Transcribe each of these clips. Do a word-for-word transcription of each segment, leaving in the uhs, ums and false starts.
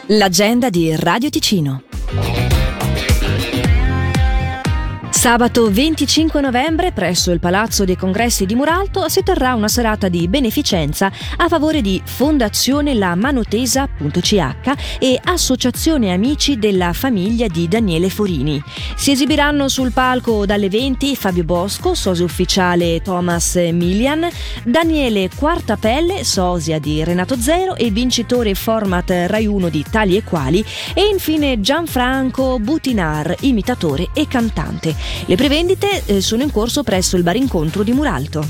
L'agenda di Radio Ticino. Sabato venticinque novembre, presso il Palazzo dei Congressi di Muralto, si terrà una serata di beneficenza a favore di Fondazione La Manutesa.ch e Associazione Amici della famiglia di Daniele Forini. Si esibiranno sul palco dalle venti Fabio Bosco, sosia ufficiale Thomas Milian, Daniele Quartapelle, sosia di Renato Zero e vincitore format Rai uno di Tali e Quali, e infine Gianfranco Butinar, imitatore e cantante. Le prevendite sono in corso presso il Bar Incontro di Muralto.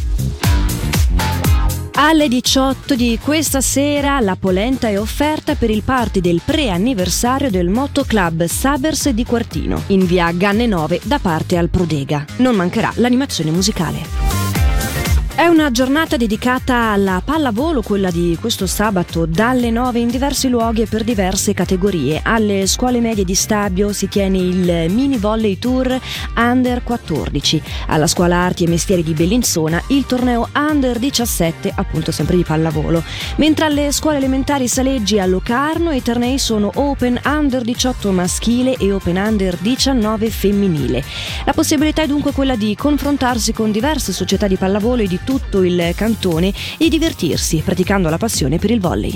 Alle diciotto di questa sera la polenta è offerta per il party del pre-anniversario del Moto Club Sabers di Quartino, in via Ganne nove da parte al Prodega. Non mancherà l'animazione musicale. È una giornata dedicata alla pallavolo, quella di questo sabato dalle nove in diversi luoghi e per diverse categorie. Alle scuole medie di Stabio si tiene il mini volley tour under quattordici, alla scuola arti e mestieri di Bellinzona il torneo under diciassette, appunto sempre di pallavolo, mentre alle scuole elementari Saleggi a Locarno i tornei sono Open under diciotto maschile e Open under diciannove femminile. La possibilità è dunque quella di confrontarsi con diverse società di pallavolo e di tutto il cantone e di divertirsi praticando la passione per il volley.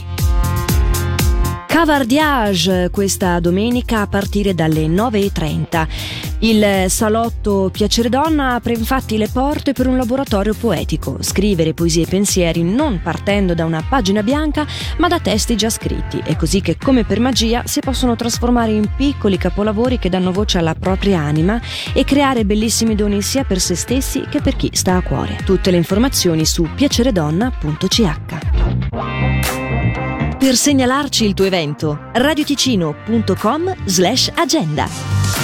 Cavardiage questa domenica a partire dalle nove e trenta. Il salotto Piacere Donna apre infatti le porte per un laboratorio poetico: scrivere poesie e pensieri non partendo da una pagina bianca ma da testi già scritti, è così che come per magia si possono trasformare in piccoli capolavori che danno voce alla propria anima e creare bellissimi doni sia per se stessi che per chi sta a cuore. Tutte le informazioni su piaceredonna punto c h. Per segnalarci il tuo evento, radioticino punto com slash agenda.